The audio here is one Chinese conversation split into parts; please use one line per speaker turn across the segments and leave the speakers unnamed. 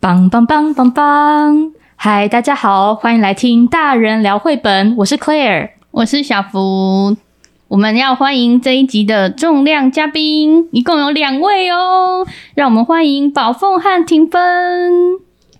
棒棒棒棒棒！嗨，大家好，欢迎来听大人聊绘本，我是 Claire，
我是小福。我们要欢迎这一集的重量嘉宾，一共有2位哦。让我们欢迎宝凤和庭芬。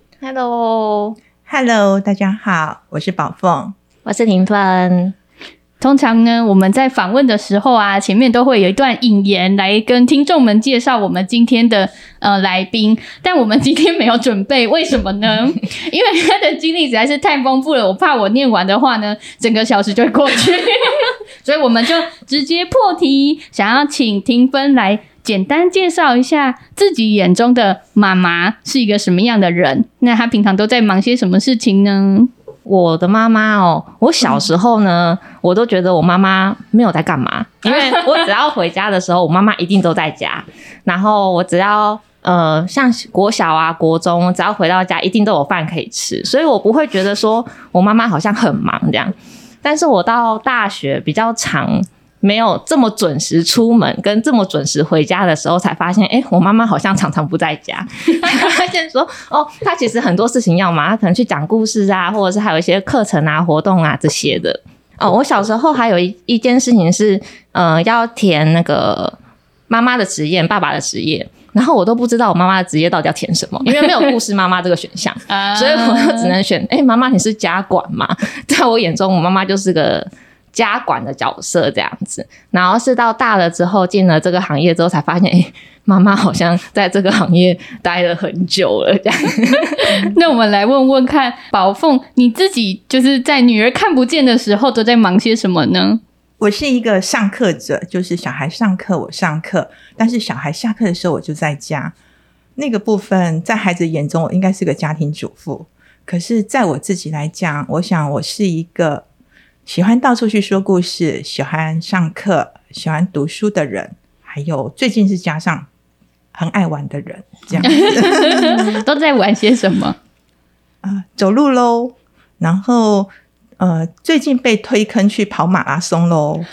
Hello， 大家好，我是宝凤，
我是庭芬。
通常呢，我们在访问的时候啊，前面都会有一段引言来跟听众们介绍我们今天的来宾，但我们今天没有准备，为什么呢？因为他的经历实在是太丰富了，我怕我念完的话呢，整个小时就会过去，所以我们就直接破题，想要请庭芬来简单介绍一下自己眼中的妈妈是一个什么样的人。那她平常都在忙些什么事情呢？
我的妈妈我小时候呢，我都觉得我妈妈没有在干嘛，因为我只要回家的时候，我妈妈一定都在家。然后我只要像国小啊、国中，只要回到家，一定都有饭可以吃，所以我不会觉得说我妈妈好像很忙这样。但是我到大学比较长，没有这么准时出门跟这么准时回家的时候，才发现我妈妈好像常常不在家。发现说她其实很多事情要忙，她可能去讲故事啊，或者是还有一些课程啊、活动啊这些的。我小时候还有一件事情是要填那个妈妈的职业、爸爸的职业，然后我都不知道我妈妈的职业到底要填什么，因为没有故事妈妈这个选项所以我就只能选妈妈你是家管嘛。在我眼中我妈妈就是个家管的角色这样子。然后是到大了之后，进了这个行业之后才发现妈妈好像在这个行业待了很久了这样。
那我们来问问看，宝凤你自己就是在女儿看不见的时候都在忙些什么呢？
我是一个上课者，就是小孩上课我上课，但是小孩下课的时候我就在家。那个部分在孩子眼中我应该是个家庭主妇，可是在我自己来讲，我想我是一个喜欢到处去说故事，喜欢上课，喜欢读书的人，还有最近是加上很爱玩的人这样子。
都在玩些什么？
走路咯，然后最近被推坑去跑马拉松咯。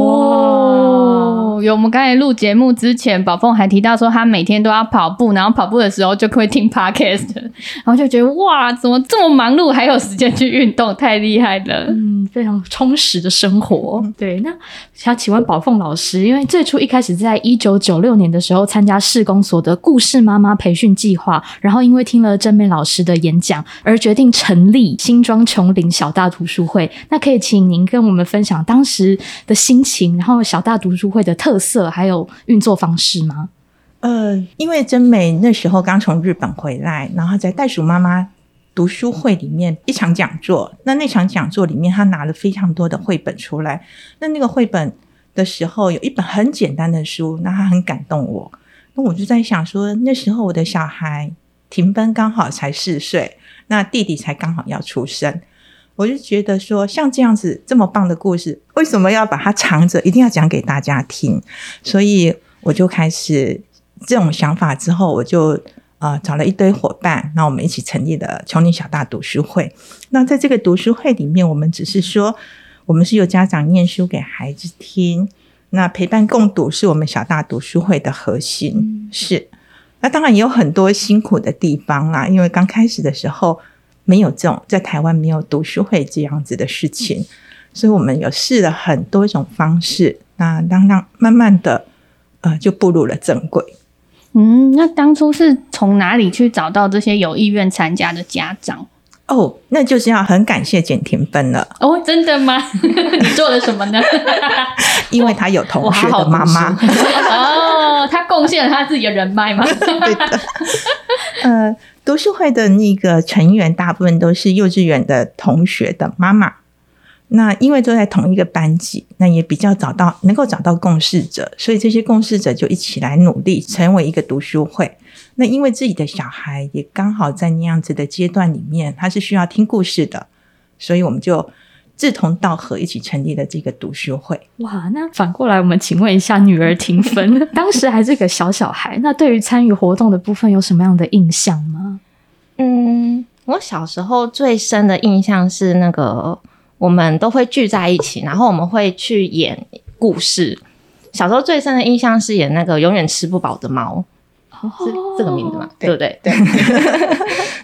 有我们刚才录节目之前，宝凤还提到说她每天都要跑步，然后跑步的时候就会听 podcast， 然后就觉得哇，怎么这么忙碌还有时间去运动，太厉害了。
非常充实的生活。对，那想请问宝凤老师，因为最初一开始在1996年的时候参加市公所的故事妈妈培训计划，然后因为听了真美老师的演讲而决定成立新庄琼林小大读书会，那可以请您跟我们分享当时的心情，然后小大读书会的特色还有运作方式吗？
因为真美那时候刚从日本回来，然后在袋鼠妈妈读书会里面一场讲座，那场讲座里面他拿了非常多的绘本出来，那个绘本的时候有一本很简单的书，那他很感动我。那我就在想说，那时候我的小孩庭芬刚好才4岁，那弟弟才刚好要出生，我就觉得说像这样子这么棒的故事，为什么要把它藏着，一定要讲给大家听。所以我就开始这种想法之后，我就找了一堆伙伴，那我们一起成立了琼林小大读书会。那在这个读书会里面，我们只是说我们是由家长念书给孩子听，那陪伴共读是我们小大读书会的核心。是，那当然也有很多辛苦的地方啦，因为刚开始的时候没有这种在台湾没有读书会这样子的事情，所以我们有试了很多种方式，那慢慢的就步入了正轨。
那当初是从哪里去找到这些有意愿参加的家长？
那就是要很感谢简庭芬了。
真的吗？你做了什么呢？
因为他有同学的妈妈。
他贡献了他自己的人脉吗？
对的。读书会的那个成员大部分都是幼稚园的同学的妈妈，那因为都在同一个班级，那也比较能够找到共事者，所以这些共事者就一起来努力成为一个读书会。那因为自己的小孩也刚好在那样子的阶段里面，他是需要听故事的，所以我们就志同道合一起成立了这个读书会。
哇，那反过来我们请问一下女儿庭芬，当时还是个小孩，那对于参与活动的部分有什么样的印象吗？
我小时候最深的印象是那个我们都会聚在一起，然后我们会去演故事。小时候最深的印象是演那个永远吃不饱的猫，是这个名字吗？对不对？对。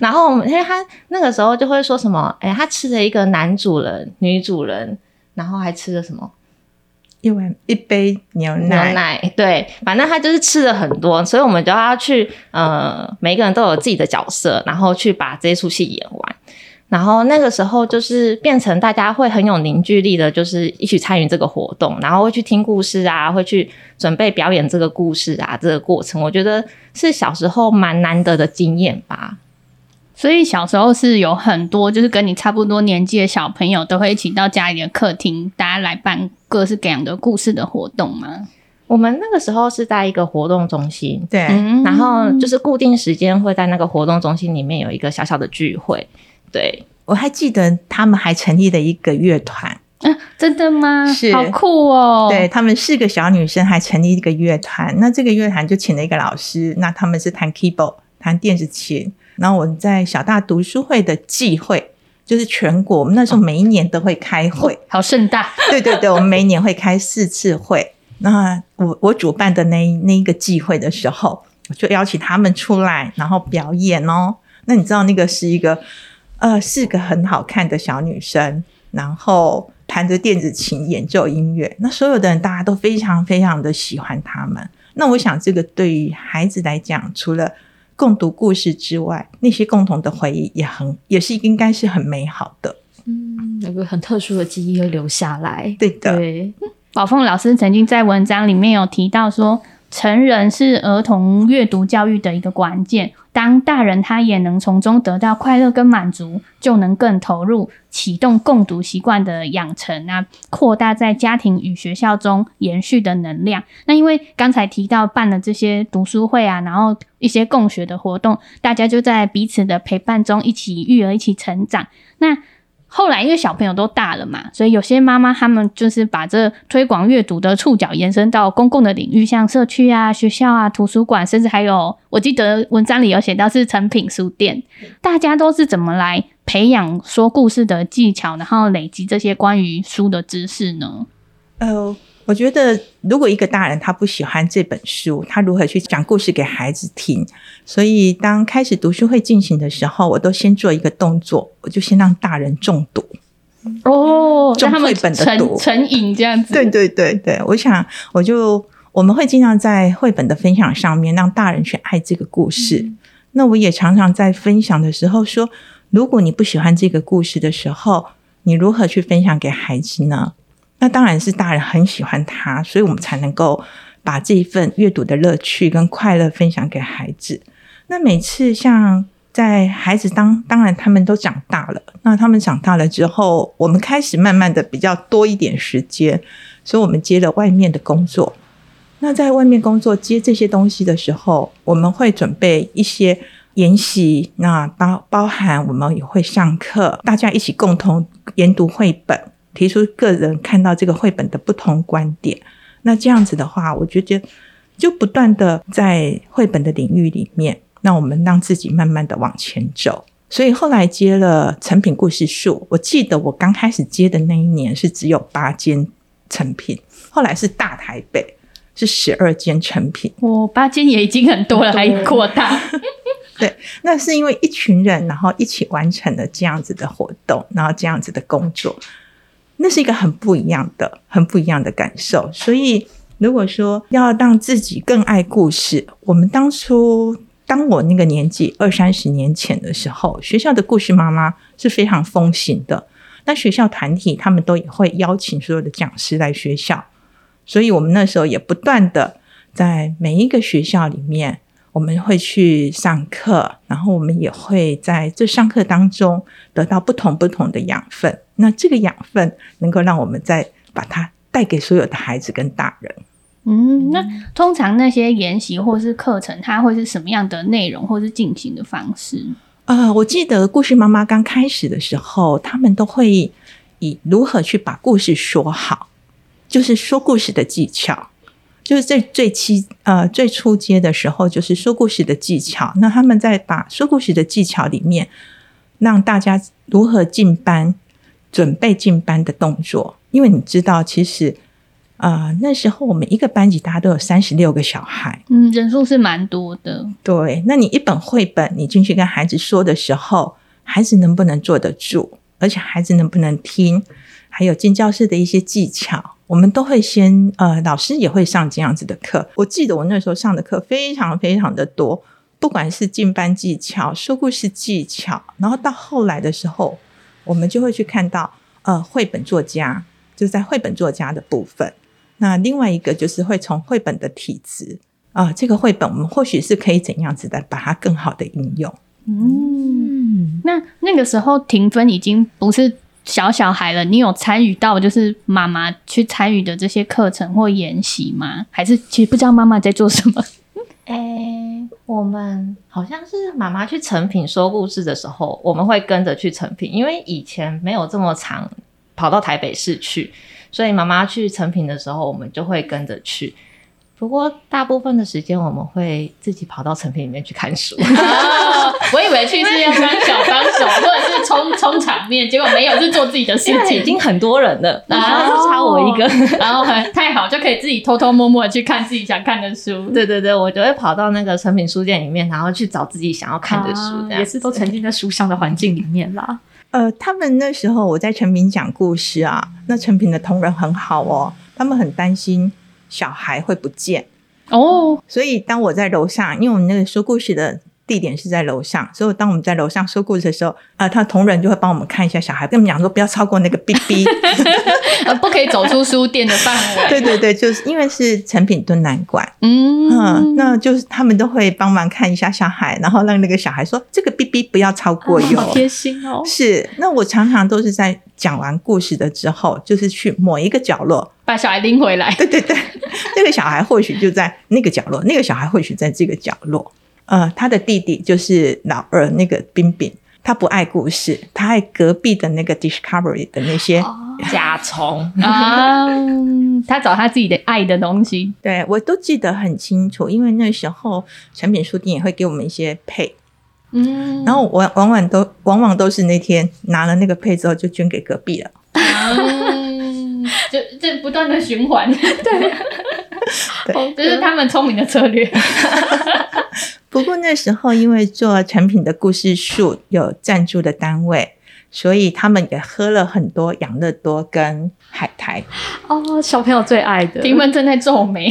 然后因为他那个时候就会说什么，他吃了一个男主人、女主人，然后还吃了什么
一杯牛奶，
对，反正他就是吃了很多，所以我们就要去每个人都有自己的角色，然后去把这出戏演完。然后那个时候就是变成大家会很有凝聚力的，就是一起参与这个活动，然后会去听故事啊，会去准备表演这个故事啊，这个过程我觉得是小时候蛮难得的经验吧。
所以小时候是有很多就是跟你差不多年纪的小朋友都会一起到家里的客厅，大家来办各式各样的故事的活动吗？
我们那个时候是在一个活动中心，
对，
然后就是固定时间会在那个活动中心里面有一个小小的聚会。对，
我还记得他们还成立了一个乐团。
真的吗？
是，
好酷哦！
对，他们4个小女生还成立一个乐团，那这个乐团就请了一个老师，那他们是弹 keyboard 弹电子琴。然后我们在小大读书会的季会，就是全国，我们那时候每一年都会开会，
好盛大。
对对对，我们每一年会开4次会。那我主办的那一个季会的时候，我就邀请他们出来，然后表演哦。那你知道那个是一个4个很好看的小女生，然后弹着电子琴演奏音乐，那所有的人大家都非常非常的喜欢他们。那我想这个对于孩子来讲，除了共读故事之外，那些共同的回忆也是应该是很美好的。
有个很特殊的记忆会留下来。
对的，
对。
宝凤老师曾经在文章里面有提到说，成人是儿童阅读教育的一个关键，当大人他也能从中得到快乐跟满足，就能更投入启动共读习惯的养成啊，扩大在家庭与学校中延续的能量。那因为刚才提到办了这些读书会啊，然后一些共学的活动，大家就在彼此的陪伴中一起育儿，一起成长。那后来因为小朋友都大了嘛，所以有些妈妈他们就是把这推广阅读的触角延伸到公共的领域，像社区啊、学校啊、图书馆，甚至还有我记得文章里有写到是诚品书店。大家都是怎么来培养说故事的技巧，然后累积这些关于书的知识呢？
我觉得如果一个大人他不喜欢这本书，他如何去讲故事给孩子听？所以当开始读书会进行的时候，我都先做一个动作，我就先让大人中毒。
让他们
绘本的读
成瘾这样子。
对对对对，我想我们会尽量在绘本的分享上面让大人去爱这个故事。那我也常常在分享的时候说，如果你不喜欢这个故事的时候，你如何去分享给孩子呢？那当然是大人很喜欢它，所以我们才能够把这一份阅读的乐趣跟快乐分享给孩子。那每次像在孩子当然他们都长大了，那他们长大了之后，我们开始慢慢的比较多一点时间，所以我们接了外面的工作。那在外面工作接这些东西的时候，我们会准备一些研习，那包含我们也会上课，大家一起共同研读绘本，提出个人看到这个绘本的不同观点。那这样子的话，我觉得就不断的在绘本的领域里面，那我们让自己慢慢的往前走。所以后来接了诚品故事树，我记得我刚开始接的那一年是只有8间诚品，后来是大台北是12间诚品。
8间也已经很多了，还扩大。
对，那是因为一群人然后一起完成了这样子的活动，然后这样子的工作，那是一个很不一样的感受。所以如果说要让自己更爱故事，我们当我那个年纪20-30年前的时候，学校的故事妈妈是非常风行的，那学校团体他们都也会邀请所有的讲师来学校，所以我们那时候也不断的在每一个学校里面我们会去上课，然后我们也会在这上课当中得到不同的养分，那这个养分能够让我们再把它带给所有的孩子跟大人。
那通常那些研习或是课程，它会是什么样的内容或是进行的方式？
我记得故事妈妈刚开始的时候，他们都会以如何去把故事说好，就是说故事的技巧，就是在最初阶的时候，就是说故事的技巧。那他们在把说故事的技巧里面，让大家如何进班，准备进班的动作。因为你知道，其实那时候我们一个班级大家都有36个小孩，
人数是蛮多的。
对，那你一本绘本你进去跟孩子说的时候，孩子能不能坐得住，而且孩子能不能听，还有进教室的一些技巧，我们都会先老师也会上这样子的课。我记得我那时候上的课非常非常的多，不管是进班技巧、说故事技巧，然后到后来的时候我们就会去看到绘本作家，就在绘本作家的部分。那另外一个就是会从绘本的体质这个绘本我们或许是可以怎样子的把它更好的应用。
那个时候评分已经不是小孩了，你有参与到就是妈妈去参与的这些课程或研习吗？还是其实不知道妈妈在做什么？
我们好像是妈妈去成品说故事的时候，我们会跟着去成品，因为以前没有这么常跑到台北市去，所以妈妈去成品的时候我们就会跟着去。不过大部分的时间我们会自己跑到成品里面去看书。
我以为去是要当小帮手或者是冲场面，结果没有，是做自己的事情。
因为已经很多人了，然后就差我一个，
然后太好，就可以自己偷偷摸摸的去看自己想看的书。
对对对，我就会跑到那个成品书店里面，然后去找自己想要看的书，
也是都沉浸在书香的环境里面啦。
他们那时候我在成品讲故事啊，那成品的同仁很好哦，他们很担心小孩会不见所以当我在楼上，因为我们那个说故事的地点是在楼上，所以当我们在楼上说故事的时候他同仁就会帮我们看一下小孩，跟我们讲说不要超过那个 BB
不可以走出书店的范围。
对对对，就是因为是成品敦南馆那就是他们都会帮忙看一下小孩，然后让那个小孩说这个 BB 不要超过哟
好贴心哦。
是，那我常常都是在讲完故事的之后，就是去某一个角落
把小孩拎回来。
对对对，那个小孩或许就在那个角落，那个小孩或许在这个角落。他的弟弟就是老二那个彬彬，他不爱故事，他爱隔壁的那个 Discovery 的那些
甲虫
他找他自己的爱的东西。
对，我都记得很清楚，因为那时候成品书店也会给我们一些配然后我往往都是那天拿了那个配之后就捐给隔壁了
这不断的循环。对，这是他们聪明的策略。
不过那时候因为做成品的故事树有赞助的单位，所以他们也喝了很多养乐多跟海苔
小朋友最爱的。
评分正在皱眉。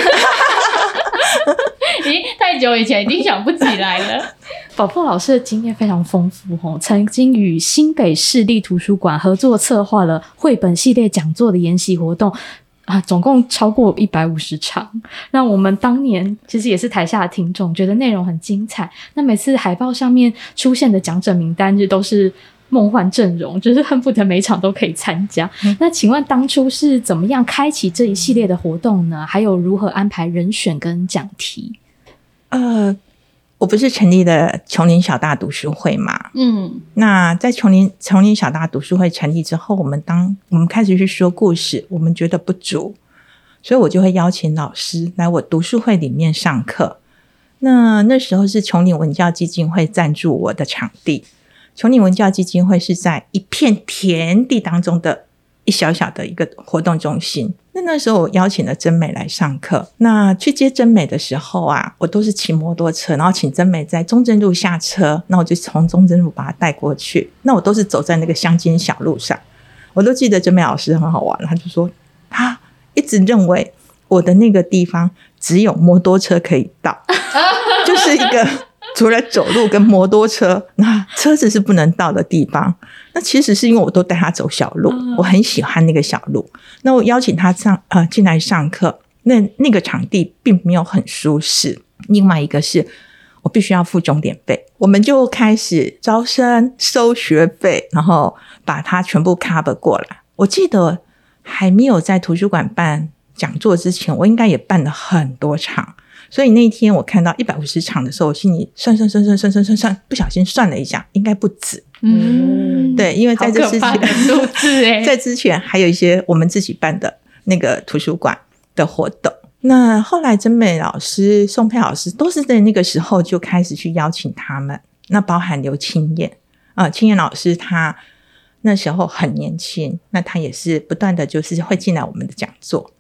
太久以前已经想不起来了。
宝凤老师的经验非常丰富曾经与新北市立图书馆合作策划了绘本系列讲座的研习活动总共超过150场。那我们当年其实也是台下的听众，觉得内容很精彩。那每次海报上面出现的讲者名单都是梦幻阵容，就是恨不得每场都可以参加那请问当初是怎么样开启这一系列的活动呢？还有如何安排人选跟讲题？
我不是成立了琼林小大读书会嘛那在琼林小大读书会成立之后，我们开始去说故事，我们觉得不足，所以我就会邀请老师来我读书会里面上课。那时候是琼林文教基金会赞助我的场地，琼林文教基金会是在一片田地当中的一小小的一个活动中心。那时候我邀请了真美来上课，那去接真美的时候我都是骑摩托车，然后请真美在中正路下车，那我就从中正路把她带过去。那我都是走在那个乡间小路上，我都记得真美老师很好玩，他就说他一直认为我的那个地方只有摩托车可以到就是一个除了走路跟摩托车那车子是不能到的地方。那其实是因为我都带他走小路我很喜欢那个小路。那我邀请他进来上课，那个场地并没有很舒适。另外一个是我必须要付钟点费，我们就开始招生收学费，然后把它全部 cover 过来。我记得还没有在图书馆办讲座之前，我应该也办了很多场，所以那一天我看到150场的时候，我心里算，不小心算了一下，应该不止。对，因为在这之前，在之前还有一些我们自己办的那个图书馆的活动。那后来真美老师、宋佩老师都是在那个时候就开始去邀请他们，那包含刘清燕清燕老师，她那时候很年轻，那她也是不断的就是会进来我们的讲座。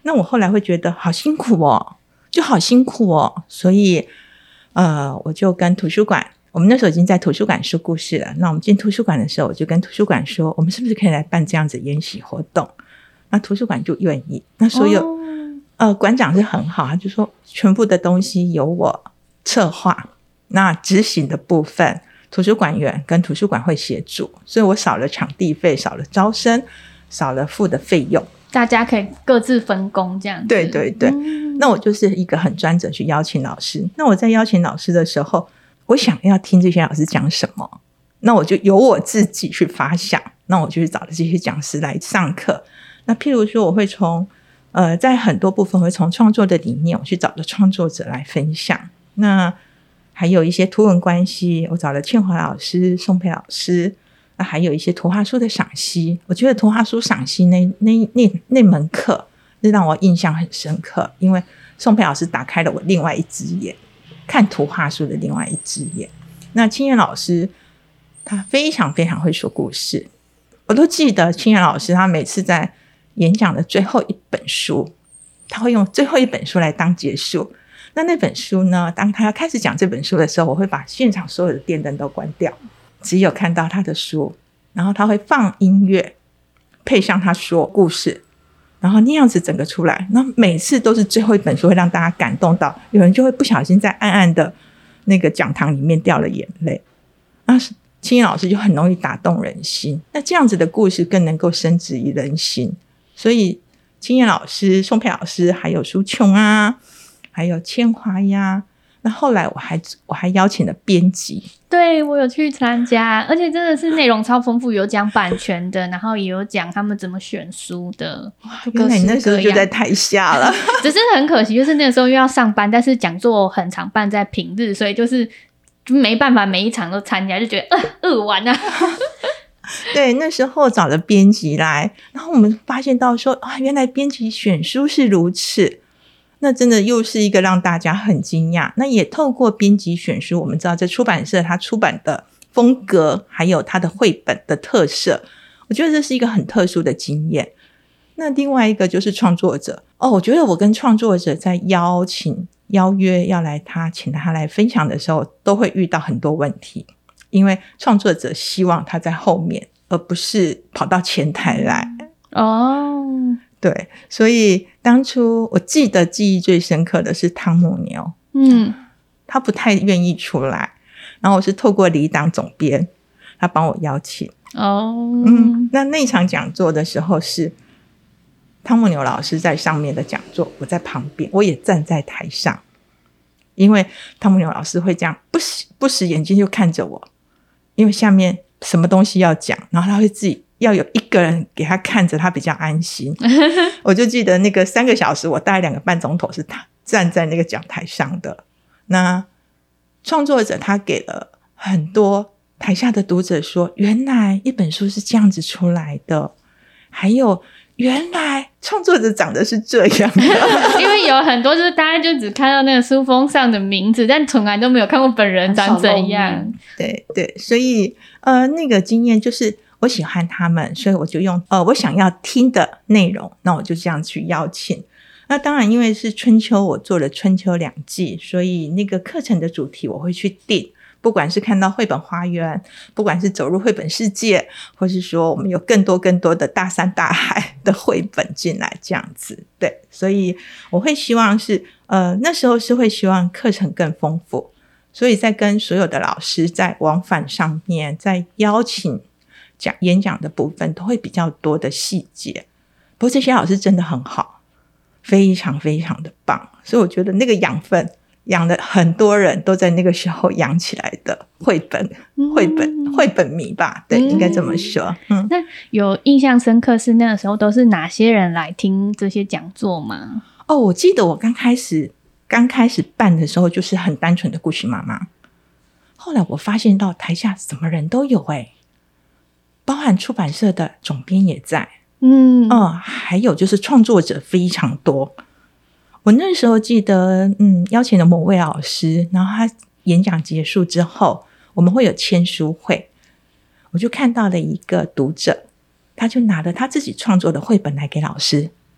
那我后来会觉得好辛苦哦，就好辛苦哦，所以我就跟图书馆，我们那时候已经在图书馆说故事了，那我们进图书馆的时候，我就跟图书馆说，我们是不是可以来办这样子研习活动？那图书馆就愿意，那所有馆长是很好，他就说全部的东西由我策划，那执行的部分图书馆员跟图书馆会协助，所以我少了场地费，少了招生，少了付的费用，
大家可以各自分工这样子。
对对对，那我就是一个很专责去邀请老师。那我在邀请老师的时候，我想要听这些老师讲什么，那我就由我自己去发想，那我就去找了这些讲师来上课。那譬如说我会从在很多部分会从创作的理念，我去找了创作者来分享。那还有一些图文关系，我找了庆华老师、宋佩老师，那还有一些图画书的赏析。我觉得图画书赏析那门课是让我印象很深刻，因为宋佩老师打开了我另外一只眼，看图画书的另外一只眼。那清源老师他非常非常会说故事，我都记得清源老师他每次在演讲的最后一本书，他会用最后一本书来当结束。那本书呢，当他要开始讲这本书的时候，我会把现场所有的电灯都关掉，只有看到他的书，然后他会放音乐配上他说故事，然后那样子整个出来。那每次都是最后一本书会让大家感动到，有人就会不小心在暗暗的那个讲堂里面掉了眼泪。那清源老师就很容易打动人心，那这样子的故事更能够深植于人心。所以清源老师、宋佩老师还有苏琼啊，还有千华呀，那后来我还邀请了编辑，
对，我有去参加，而且真的是内容超丰富，有讲版权的，然后也有讲他们怎么选书的。
原来你那时候就在台下了
只是很可惜，就是那个时候又要上班，但是讲座很常办在平日，所以就是没办法每一场都参加，就觉得饿完啊
对，那时候找了编辑来，然后我们发现到说原来编辑选书是如此，那真的又是一个让大家很惊讶。那也透过编辑选书，我们知道这出版社它出版的风格还有它的绘本的特色，我觉得这是一个很特殊的经验。那另外一个就是创作者我觉得我跟创作者在邀约要来请他来分享的时候，都会遇到很多问题，因为创作者希望他在后面，而不是跑到前台来。对，所以当初我记忆最深刻的是汤姆牛，他不太愿意出来，然后我是透过李党总编，他帮我邀请。那场讲座的时候是汤姆牛老师在上面的讲座，我在旁边，我也站在台上，因为汤姆牛老师会这样不时眼睛就看着我，因为下面什么东西要讲，然后他会自己要有一个人给他看着，他比较安心我就记得那个3个小时，我大概2个半钟头是他站在那个讲台上的。那创作者他给了很多台下的读者说，原来一本书是这样子出来的，还有原来创作者长得是这样的
因为有很多就是大家就只看到那个书封上的名字，但从来都没有看过本人长怎样。
对对，所以那个经验就是我喜欢他们，所以我就用我想要听的内容，那我就这样去邀请。那当然因为是春秋，我做了春秋2季，所以那个课程的主题我会去定，不管是看到绘本花园，不管是走入绘本世界，或是说我们有更多的大山大海的绘本进来这样子。对，所以我会希望是那时候是会希望课程更丰富，所以在跟所有的老师在往返上面，在邀请演讲的部分都会比较多的细节。不过这些老师真的很好，非常非常的棒，所以我觉得那个养分养了很多人都在那个时候养起来的绘本迷吧，对，应该这么说。
那有印象深刻是那个时候都是哪些人来听这些讲座吗？
我记得我刚开始办的时候就是很单纯的故事妈妈，后来我发现到台下什么人都有包含出版社的总编也在，还有就是创作者非常多。我那时候记得邀请了某位老师，然后他演讲结束之后我们会有签书会，我就看到了一个读者，他就拿了他自己创作的绘本来给老师，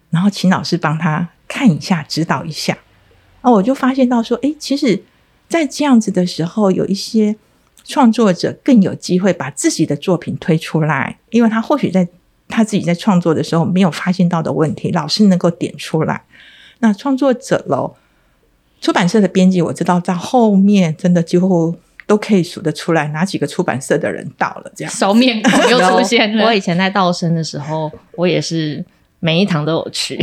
然后请老师帮他看一下指导一下。我就发现到说其实在这样子的时候，有一些创作者更有机会把自己的作品推出来，因为他或许在他自己在创作的时候没有发现到的问题，老师能够点出来。那创作者咯，出版社的编辑我知道到后面真的几乎都可以数得出来哪几个出版社的人到了，这样
熟面孔又出现了。
我以前在道生的时候，我也是每一堂都有去。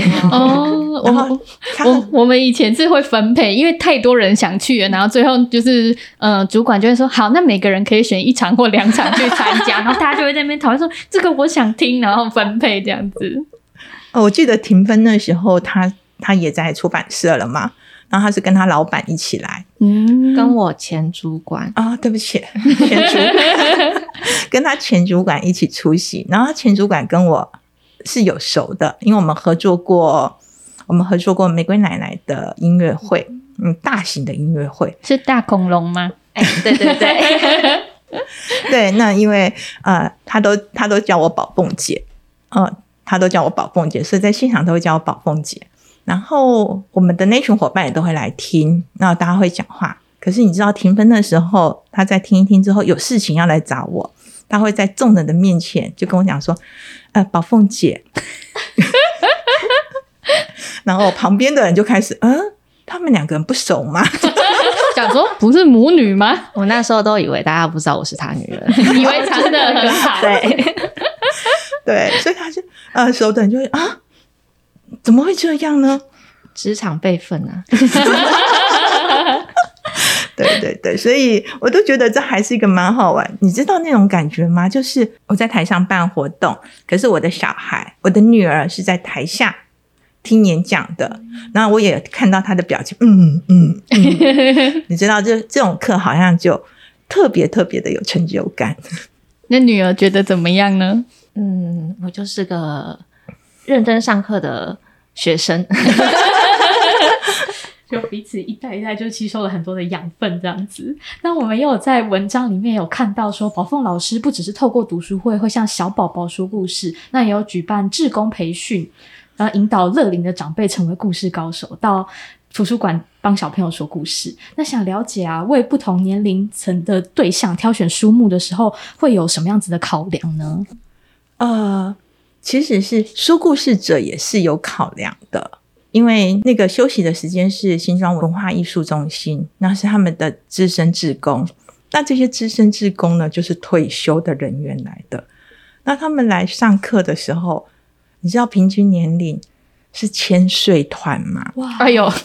我们以前是会分配，因为太多人想去了，然后最后就是主管就会说好，那每个人可以选1场或2场去参加，然后大家就会在那边讨论说这个我想听，然后分配这样子。
我记得庭芬那时候他也在出版社了嘛，然后他是跟他老板一起来，
跟我前主管
对不起，前主管跟他前主管一起出席，然后他前主管跟我是有熟的，因为我们合作过玫瑰奶奶的音乐会，大型的音乐会。
是大恐龙吗？
对对对
对，那因为他都叫我宝凤姐，他都叫我宝凤姐，所以在现场都会叫我宝凤姐。然后我们的那群伙伴也都会来听，然后大家会讲话。可是你知道庭芬的时候，他在听一听之后有事情要来找我，他会在众人的面前就跟我讲说宝凤姐然后旁边的人就开始他们2个人不熟吗？
想说不是母女吗？
我那时候都以为大家不知道我是他女儿，
以为藏得很好。
对，所以他就熟的人就会怎么会这样呢？
职场辈分啊。
对对对，所以我都觉得这还是一个蛮好玩。你知道那种感觉吗？就是我在台上办活动，可是我的小孩，我的女儿是在台下听演讲的，然后我也看到她的表情，你知道这种课好像就特别特别的有成就感。
那女儿觉得怎么样呢？
我就是个认真上课的学生。
就彼此一代一代就吸收了很多的养分这样子。那我们也有在文章里面有看到说，宝凤老师不只是透过读书会像小宝宝说故事，那也有举办志工培训，然后引导乐龄的长辈成为故事高手，到图书馆帮小朋友说故事。那想了解为不同年龄层的对象挑选书目的时候会有什么样子的考量呢？
其实是说故事者也是有考量的，因为那个休息的时间是新庄文化艺术中心，那是他们的资深志工。那这些资深志工呢，就是退休的人员来的。那他们来上课的时候，你知道平均年龄是1000岁团吗？
哇，哎呦！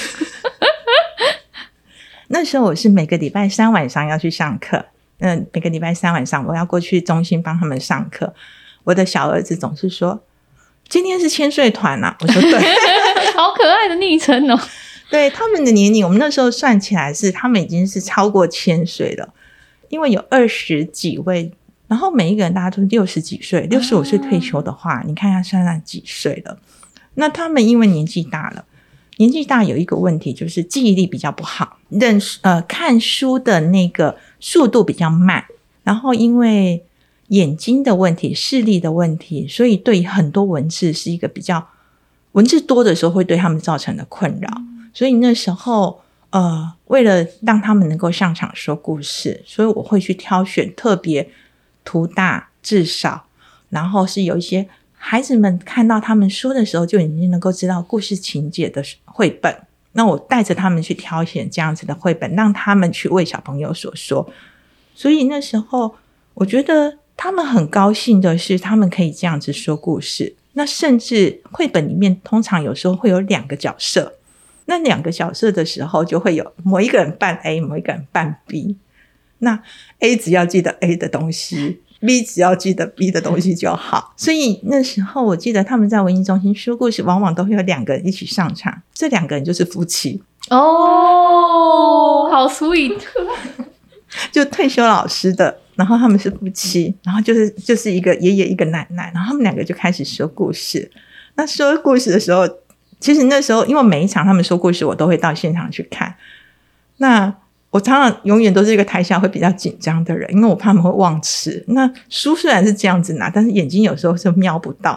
那时候我是每个礼拜3晚上要去上课，每个礼拜3晚上我要过去中心帮他们上课。我的小儿子总是说今天是1000岁团啊，我说对。
好可爱的昵称哦。
对，他们的年龄我们那时候算起来是他们已经是超过1000岁了，因为有20几位，然后每一个人大家都是60几岁，65岁退休的话，你看一下算上几岁了。那他们因为年纪大了，年纪大有一个问题就是记忆力比较不好，看书的那个速度比较慢，然后因为眼睛的问题、视力的问题，所以对于很多文字是一个比较文字多的时候会对他们造成的困扰。所以那时候为了让他们能够上场说故事，所以我会去挑选特别图大字少，然后是有一些孩子们看到他们说的时候就已经能够知道故事情节的绘本，那我带着他们去挑选这样子的绘本，让他们去为小朋友所说。所以那时候我觉得他们很高兴的是他们可以这样子说故事。那甚至绘本里面通常有时候会有2个角色，那2个角色的时候就会有某一个人扮 A， 某一个人扮 B， 那 A 只要记得 A 的东西， B 只要记得 B 的东西就好。所以那时候我记得他们在文艺中心说故事往往都会有2个人一起上场，这2个人就是夫妻
哦，好 sweet。
就退休老师的，然后他们是夫妻，然后就是一个爷爷一个奶奶，然后他们2个就开始说故事。那说故事的时候，其实那时候因为每一场他们说故事我都会到现场去看，那我常常永远都是一个台下会比较紧张的人，因为我怕他们会忘词。那书虽然是这样子拿，但是眼睛有时候是瞄不到，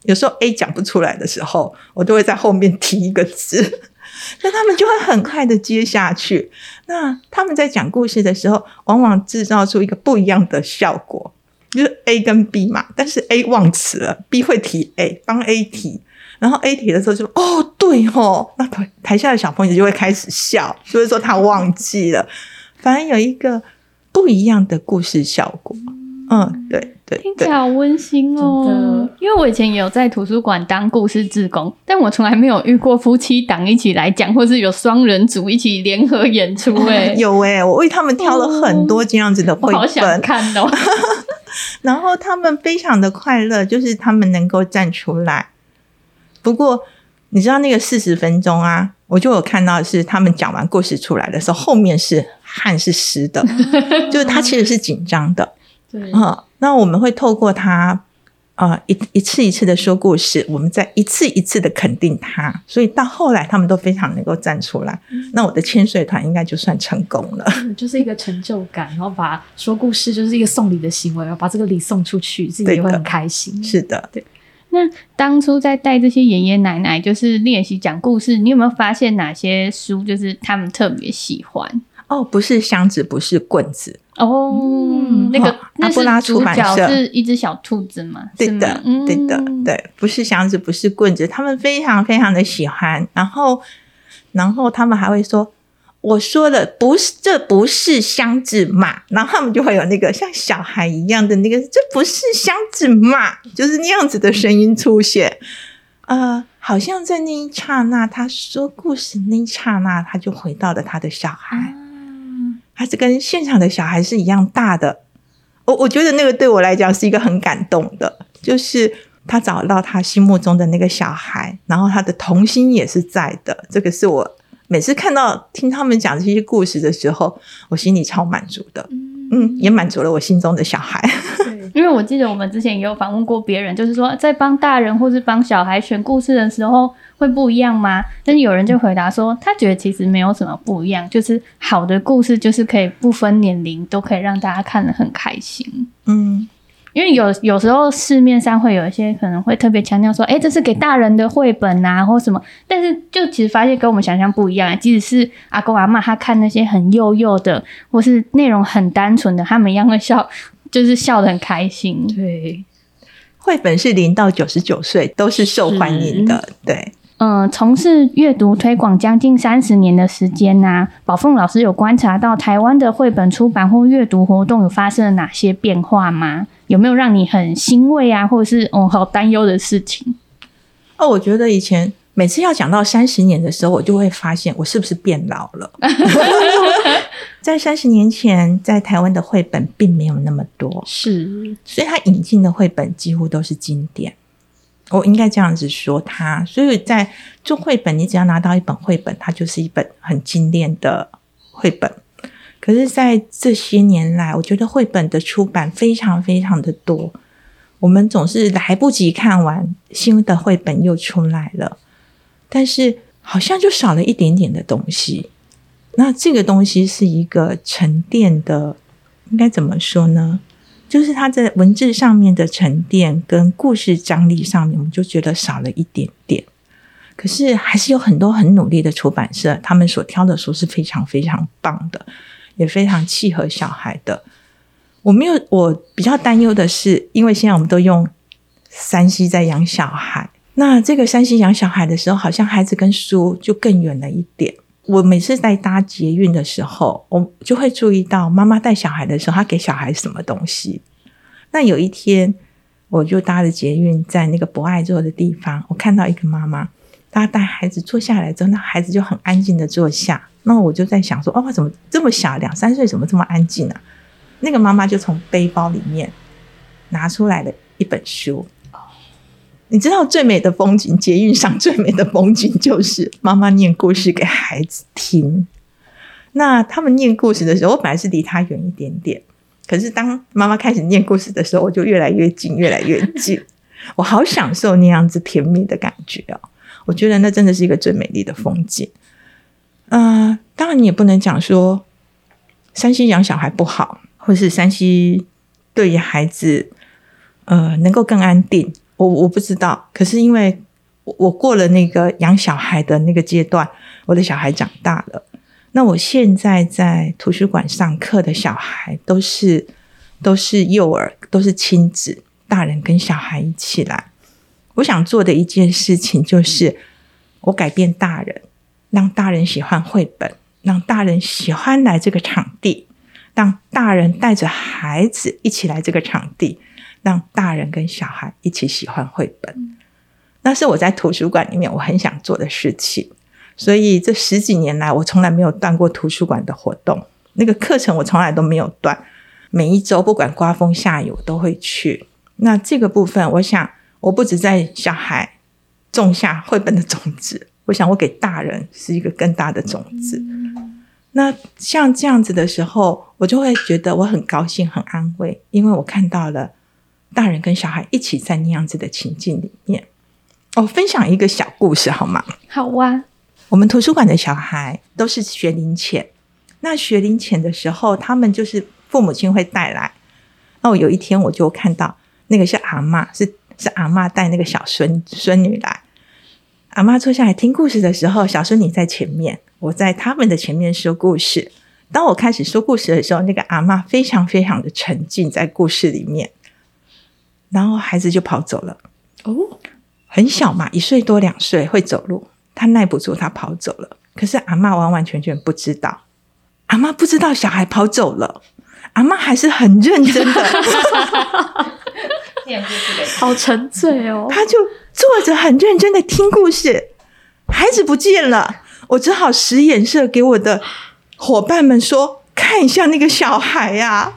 有时候 A 讲不出来的时候，我都会在后面提一个字，那他们就会很快的接下去。那他们在讲故事的时候，往往制造出一个不一样的效果，就是 A 跟 B 嘛，但是 A 忘词了， B 会提 A， 帮 A 提，然后 A 提的时候就哦对哦，那台下的小朋友就会开始笑，就会说他忘记了，反而有一个不一样的故事效果。对对，
听起来好温馨哦。因为我以前也有在图书馆当故事志工，但我从来没有遇过夫妻档一起来讲，或是有双人组一起联合演出。
有我为他们挑了很多这样子的绘本，
我好想看哦。
然后他们非常的快乐，就是他们能够站出来。不过你知道那个40分钟啊，我就有看到是他们讲完故事出来的时候，后面是汗是湿的，就是他其实是紧张的。
对，
那我们会透过他一次一次的说故事，我们再一次一次的肯定他，所以到后来他们都非常能够站出来。那我的千岁团应该就算成功了，
就是一个成就感，然后把说故事就是一个送礼的行为，然后把这个礼送出去，自己也会很开心。
是的，
对。那当初在带这些爷爷奶奶就是练习讲故事，你有没有发现哪些书就是他们特别喜欢？
不是箱子，不是棍子。
那个
阿布拉出版社
那是主角是一只小兔子吗？
对的，对的，对，不是箱子，不是棍子，他们非常非常的喜欢。然后他们还会说，我说了不是，这不是箱子嘛，然后他们就会有那个像小孩一样的那个，这不是箱子嘛，就是那样子的声音出现。好像在那一刹那，他说故事那一刹那，他就回到了他的小孩。他是跟现场的小孩是一样大的，我觉得那个对我来讲是一个很感动的，就是他找到他心目中的那个小孩，然后他的童心也是在的。这个是我每次听他们讲这些故事的时候，我心里超满足的。也满足了我心中的小孩。
因为我记得我们之前也有访问过别人，就是说在帮大人或是帮小孩选故事的时候会不一样吗？但是有人就回答说，他觉得其实没有什么不一样，就是好的故事就是可以不分年龄都可以让大家看得很开心。因为有时候市面上会有一些可能会特别强调说，这是给大人的绘本啊或什么，但是就其实发现跟我们想象不一样。即使是阿公阿嬷他看那些很幼的或是内容很单纯的，他们一样会笑，就是笑得很开心。
对，
绘本是0到99岁都是受欢迎的。对，
从事阅读推广将近30年的时间啊，宝凤老师有观察到台湾的绘本出版或阅读活动有发生了哪些变化吗？有没有让你很欣慰啊，或者是好担忧的事情？
我觉得以前每次要讲到30年的时候，我就会发现我是不是变老了。在30年前，在台湾的绘本并没有那么多，
是，
所以他引进的绘本几乎都是经典。我应该这样子说它，所以在做绘本，你只要拿到一本绘本，它就是一本很精炼的绘本。可是在这些年来，我觉得绘本的出版非常非常的多，我们总是来不及看完，新的绘本又出来了，但是好像就少了一点点的东西。那这个东西是一个沉淀的，应该怎么说呢？就是它在文字上面的沉淀跟故事张力上面，我们就觉得少了一点点。可是还是有很多很努力的出版社，他们所挑的书是非常非常棒的，也非常契合小孩的。我比较担忧的是，因为现在我们都用3C 在养小孩，那这个3C 养小孩的时候，好像孩子跟书就更远了一点。我每次在搭捷运的时候，我就会注意到妈妈带小孩的时候，她给小孩什么东西。那有一天我就搭了捷运，在那个博爱座的地方，我看到一个妈妈，她带孩子坐下来之后，那孩子就很安静的坐下。那我就在想说，怎么这么小2-3岁怎么这么安静啊？那个妈妈就从背包里面拿出来了一本书。你知道最美的风景，捷运上最美的风景就是妈妈念故事给孩子听。那他们念故事的时候，我本来是离他远一点点，可是当妈妈开始念故事的时候，我就越来越近越来越近。我好享受那样子甜蜜的感觉哦！我觉得那真的是一个最美丽的风景。当然你也不能讲说3C 养小孩不好，或是3C 对于孩子能够更安定， 我不知道，可是因为我过了那个养小孩的那个阶段，我的小孩长大了。那我现在在图书馆上课的小孩都是幼儿，都是亲子，大人跟小孩一起来。我想做的一件事情就是我改变大人，让大人喜欢绘本，让大人喜欢来这个场地，让大人带着孩子一起来这个场地，让大人跟小孩一起喜欢绘本。那是我在图书馆里面我很想做的事情，所以这10几年来我从来没有断过图书馆的活动，那个课程我从来都没有断，每一周不管刮风下雨我都会去。那这个部分我想我不只在小孩种下绘本的种子，我想我给大人是一个更大的种子。那像这样子的时候，我就会觉得我很高兴很安慰，因为我看到了大人跟小孩一起在那样子的情境里面。分享一个小故事好吗？
好啊。
我们图书馆的小孩都是学龄前，那学龄前的时候他们就是父母亲会带来，那我有一天我就看到那个是阿嬷，是阿嬷带那个小孙女来，阿嬷坐下来听故事的时候，小孙女在前面，我在他们的前面说故事。当我开始说故事的时候，那个阿嬷非常非常的沉浸在故事里面，然后孩子就跑走了。很小嘛，1岁多2岁会走路，他耐不住，他跑走了。可是阿嬷完完全全不知道，阿嬷不知道小孩跑走了，阿嬷还是很认真的
好沉醉哦。
他就坐着很认真的听故事，孩子不见了，我只好使眼色给我的伙伴们说，看一下那个小孩呀。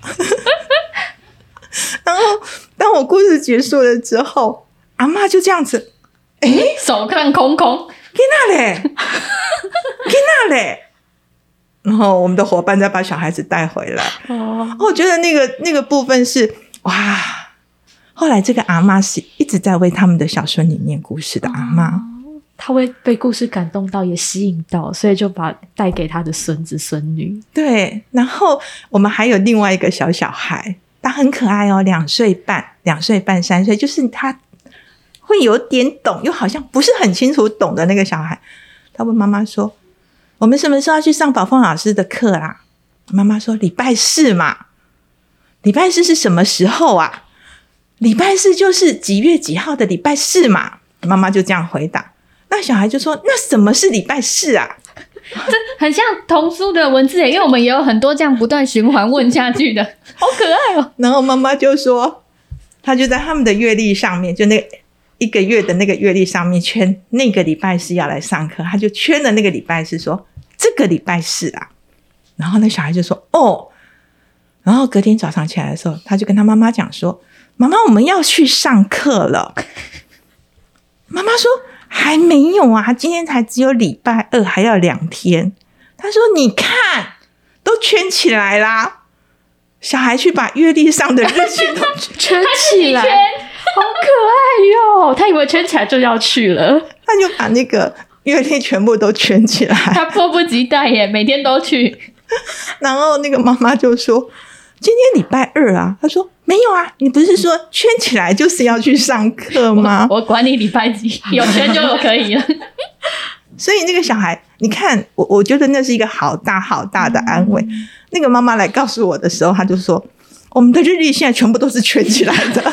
然后当我故事结束了之后，阿嬷就这样子
手看空空，
去哪嘞？去哪嘞？然后我们的伙伴再把小孩子带回来。我觉得那个部分是哇。后来这个阿嬷是一直在为他们的小孙女念故事的阿嬷，
她会被故事感动到，也吸引到，所以就把带给他的孙子孙女。
对，然后我们还有另外一个小孩，他很可爱哦，2岁半、3岁，就是他会有点懂，又好像不是很清楚懂的那个小孩。他问妈妈说：“我们什么时候要去上宝凤老师的课啦？”妈妈说：“礼拜4嘛。”礼拜4是什么时候啊？礼拜4就是几月几号的礼拜4嘛。妈妈就这样回答。那小孩就说：“那什么是礼拜4啊？”
这很像童书的文字耶，因为我们也有很多这样不断循环问下去的，好可爱哦。
然后妈妈就说，她就在他们的月历上面，就那1个月的那个月历上面圈那个礼拜4要来上课，她就圈了那个礼拜4，说这个礼拜4啊。然后那小孩就说哦，然后隔天早上起来的时候，他就跟他妈妈讲说，妈妈我们要去上课了。妈妈说还没有啊，今天才只有礼拜2，还要2天。他说你看都圈起来啦。小孩去把月历上的日期都
圈起来，好可爱哟！他以为圈起来就要去了，
他就把那个月历全部都圈起来，
他迫不及待耶，每天都去。
然后那个妈妈就说今天礼拜2啊，他说没有啊，你不是说圈起来就是要去上课吗？
我管你礼拜几，有圈就可以了。
所以那个小孩，你看我觉得那是一个好大好大的安慰。那个妈妈来告诉我的时候，她就说我们的日历现在全部都是圈起来的。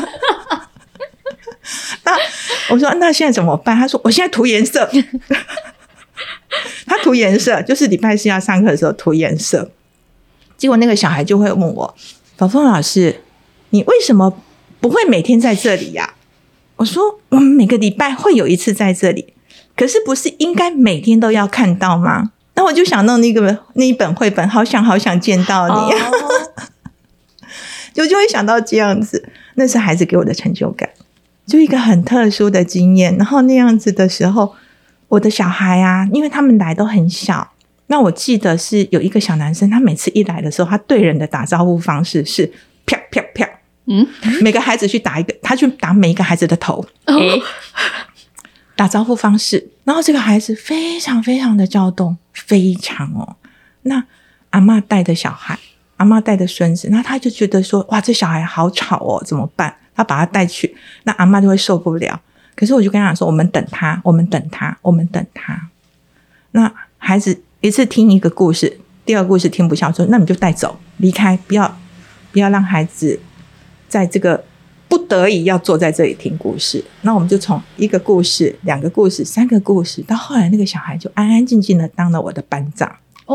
那我说那现在怎么办？她说我现在涂颜色。她涂颜色，就是礼拜4要上课的时候涂颜色。结果那个小孩就会问我，宝凤老师你为什么不会每天在这里呀？我说我们每个礼拜会有一次在这里，可是不是应该每天都要看到吗？那我就想到那一本绘本，好想见到你。就会想到这样子，那是孩子给我的成就感，就一个很特殊的经验。然后那样子的时候，我的小孩啊，因为他们来都很小，那我记得是有一个小男生，他每次一来的时候，他对人的打招呼方式是啪啪啪，每个孩子去打一个，他去打每一个孩子的头，打招呼方式。然后这个孩子非常非常的躁动，非常哦。那阿嬷带的小孩，阿嬷带的孙子，那他就觉得说，哇，这小孩好吵哦，怎么办？ 他把他带去，那阿嬷就会受不了。可是我就跟他讲说，我们等他，我们等他，我们等他。那孩子一次听一个故事，第二个故事听不下去，那你就带走离开，不要让孩子在这个不得已要坐在这里听故事。那我们就从一个故事、2个故事、3个故事，到后来那个小孩就安安静静的当了我的班长。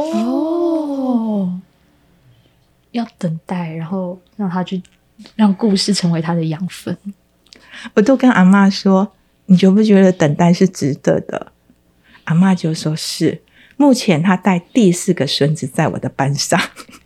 要等待，然后让他去让故事成为他的养分。
我都跟阿嬷说，你觉不觉得等待是值得的？阿嬷就说是。目前他带第4个孙子在我的班上。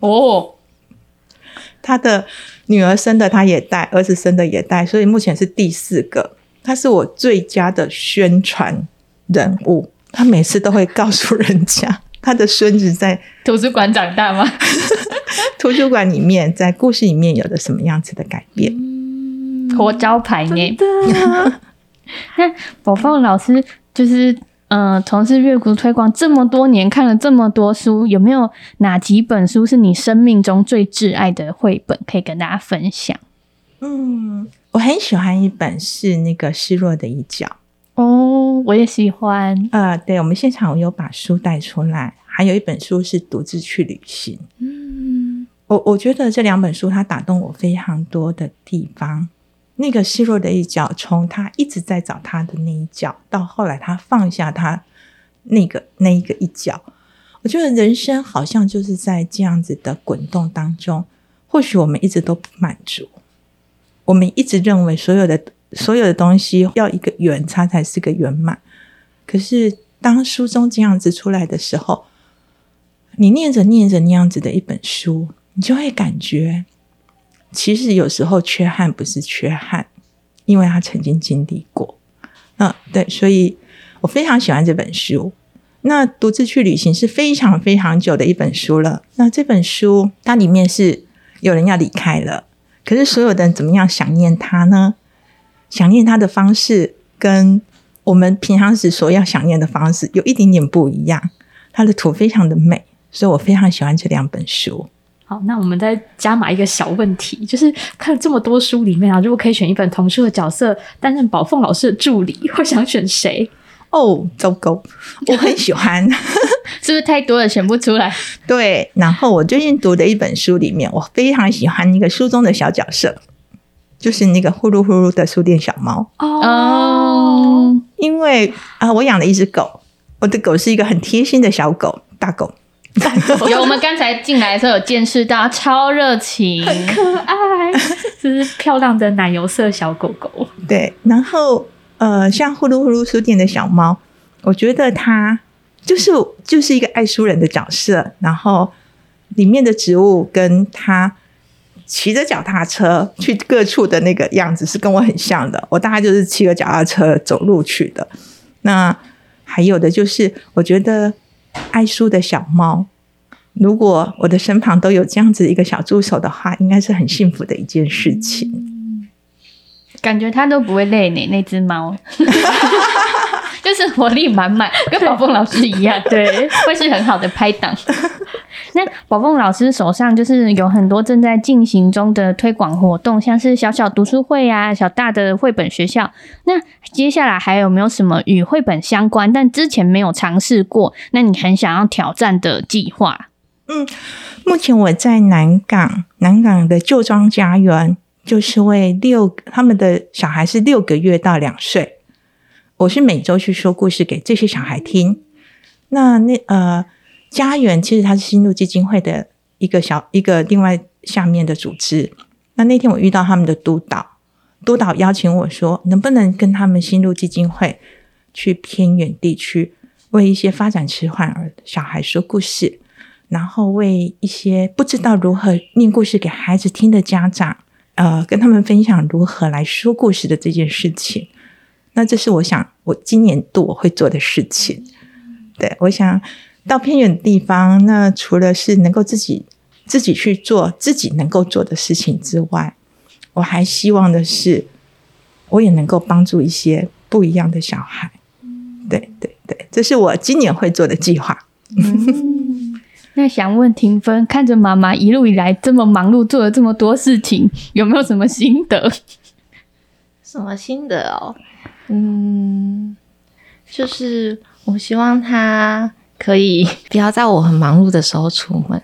他的女儿生的他也带，儿子生的也带，所以目前是第4个。他是我最佳的宣传人物，他每次都会告诉人家他的孙子在
图书馆长大吗？
图书馆里面，在故事里面有了什么样子的改变。
活招牌呢。那宝凤老师就是从事阅读推广这么多年，看了这么多书，有没有哪几本书是你生命中最挚爱的绘本可以跟大家分享？
我很喜欢一本是那个失落的一角。
我也喜欢。
对，我们现场有把书带出来，还有一本书是独自去旅行。我觉得这2本书它打动我非常多的地方。那个失落的一角，从他一直在找他的那一角，到后来他放下他那一个一角，我觉得人生好像就是在这样子的滚动当中。或许我们一直都不满足，我们一直认为所有的东西要一个圆，它才是个圆满。可是当书中这样子出来的时候，你念着那样子的一本书，你就会感觉其实有时候缺憾不是缺憾，因为他曾经经历过。对，所以我非常喜欢这本书。那独自去旅行是非常非常久的一本书了。那这本书它里面是有人要离开了，可是所有的人怎么样想念他呢？想念他的方式跟我们平常时所要想念的方式有一点点不一样。他的图非常的美，所以我非常喜欢这2本书。
好，那我们再加码一个小问题，就是看这么多书里面啊，如果可以选一本童书的角色担任宝凤老师的助理，会想选谁？
糟糕，我很喜欢。
是不是太多了选不出来？
对，然后我最近读的一本书里面，我非常喜欢一个书中的小角色，就是那个呼噜呼噜的书店小猫。因为我养了一只狗，我的狗是一个很贴心的小狗，大狗。
有，我们刚才进来的时候有见识到，超热情，
很可爱，这是漂亮的奶油色小狗狗。
对，然后像呼噜呼噜书店的小猫，我觉得它就是一个爱书人的角色，然后里面的植物跟它骑着脚踏车去各处的那个样子是跟我很像的，我大概就是骑个脚踏车走路去的。那还有的就是我觉得爱书的小猫，如果我的身旁都有这样子一个小助手的话，应该是很幸福的一件事情。
感觉它都不会累呢，那只猫就是活力满满，跟宝凤老师一样。对，会是很好的拍档。那宝凤老师手上就是有很多正在进行中的推广活动，像是小小读书会啊，小大的绘本学校。那接下来还有没有什么与绘本相关但之前没有尝试过，那你很想要挑战的计划？
目前我在南港的旧庄家园，就是为他们的小孩是6个月到2岁，我是每周去说故事给这些小孩听。那家园其实它是新路基金会的一个另外下面的组织。那天我遇到他们的督导邀请我说，能不能跟他们新路基金会去偏远地区，为一些发展迟缓儿的小孩说故事，然后为一些不知道如何念故事给孩子听的家长跟他们分享如何来说故事的这件事情。那这是我想我今年度我会做的事情。对，我想到偏远的地方，那除了是能够自己去做自己能够做的事情之外，我还希望的是我也能够帮助一些不一样的小孩。对对对，这是我今年会做的计划。
那想问庭芬，看着妈妈一路以来这么忙碌，做了这么多事情，有没有什么心得？
什么心得哦？就是我希望他可以不要在我很忙碌的时候出门。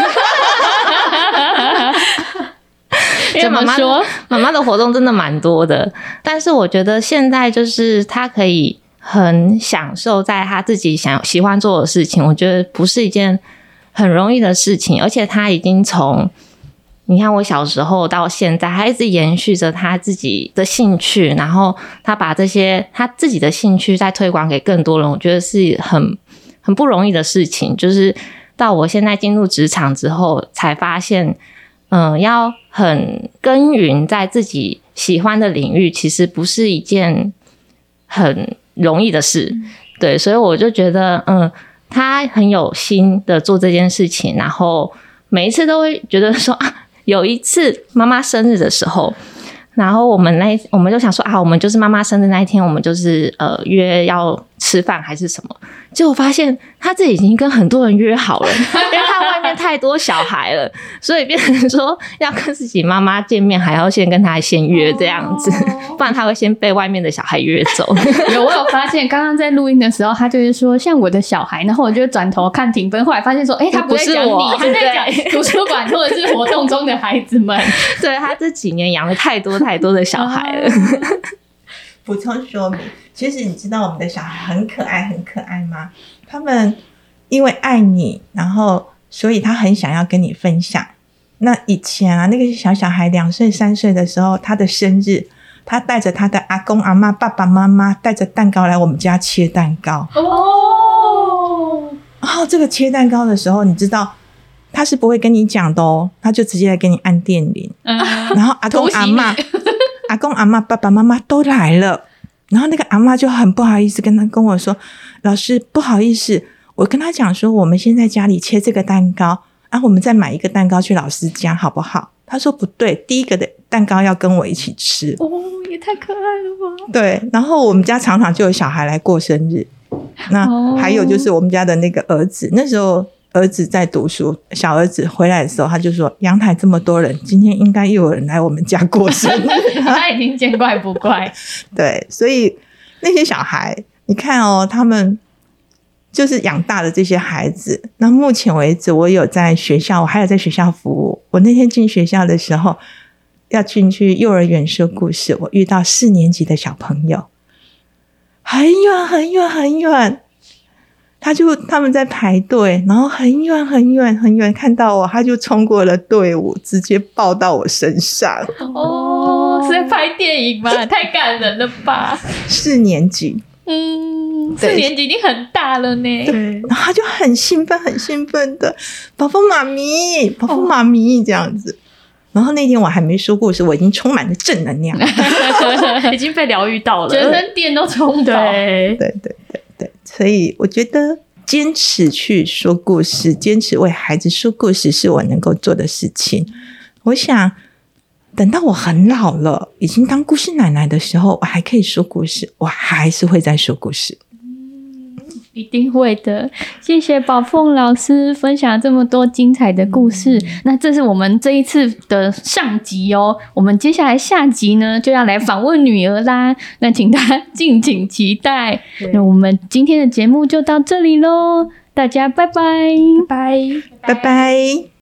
因为妈妈的活动真的蛮多的，但是我觉得现在就是他可以很享受在他自己喜欢做的事情，我觉得不是一件很容易的事情，而且他已经从你看我小时候到现在，他一直延续着他自己的兴趣，然后他把这些他自己的兴趣再推广给更多人，我觉得是很不容易的事情。就是到我现在进入职场之后才发现要很耕耘在自己喜欢的领域，其实不是一件很容易的事。对，所以我就觉得他很有心的做这件事情，然后每一次都会觉得说有一次妈妈生日的时候，然后我们就想说我们就是妈妈生日那一天，我们就是约要吃饭还是什么，结果发现他自己已经跟很多人约好了，因为他外面太多小孩了，所以变成说要跟自己妈妈见面，还要先跟他先约这样子，不然他会先被外面的小孩约走。
我有发现，刚刚在录音的时候，他就是说像我的小孩，然后我就转头看评分，后来发现说，他不在讲你，他在讲图书馆或者是活动中的孩子们。
对，他这几年养了太多的小孩了。
补充说明，其实你知道我们的小孩很可爱很可爱吗？他们因为爱你，然后所以他很想要跟你分享。那以前那个小孩2岁3岁的时候，他的生日，他带着他的阿公阿嬷爸爸妈妈带着蛋糕来我们家切蛋糕。然后这个切蛋糕的时候，你知道他是不会跟你讲的他就直接来给你按电铃。然后阿公阿嬷爸爸妈妈都来了，然后那个阿嬷就很不好意思跟我说，老师不好意思，我跟他讲说我们先在家里切这个蛋糕我们再买一个蛋糕去老师家好不好？他说不对，第一个的蛋糕要跟我一起吃。
也太可爱了吧。
对，然后我们家常常就有小孩来过生日，那还有就是我们家的那个儿子，那时候儿子在读书，小儿子回来的时候他就说，阳台这么多人，今天应该又有人来我们家过生日。
他已经见怪不怪。
对，所以那些小孩你看他们就是养大的这些孩子。那目前为止我有在学校，我还有在学校服务。我那天进学校的时候要进去幼儿园说故事，我遇到4年级的小朋友，很远很远很远，他们在排队，然后很远很远很远看到我，他就冲过了队伍，直接抱到我身上。
是在拍电影吗？太感人了吧。
4年级
4年级已经很大了呢。
对，然后他就很兴奋的宝宝妈咪宝宝妈咪这样子。然后那天我还没说故事，我已经充满了正能量
已经被疗愈到了，
全身电都充饱。
对，
所以我觉得坚持去说故事，坚持为孩子说故事是我能够做的事情。我想等到我很老了，已经当故事奶奶的时候，我还可以说故事，我还是会再说故事。
一定会的。谢谢宝凤老师分享这么多精彩的故事。那这是我们这一次的上集我们接下来下集呢就要来访问女儿啦，那请大家敬请期待。那我们今天的节目就到这里咯，大家拜拜
拜拜。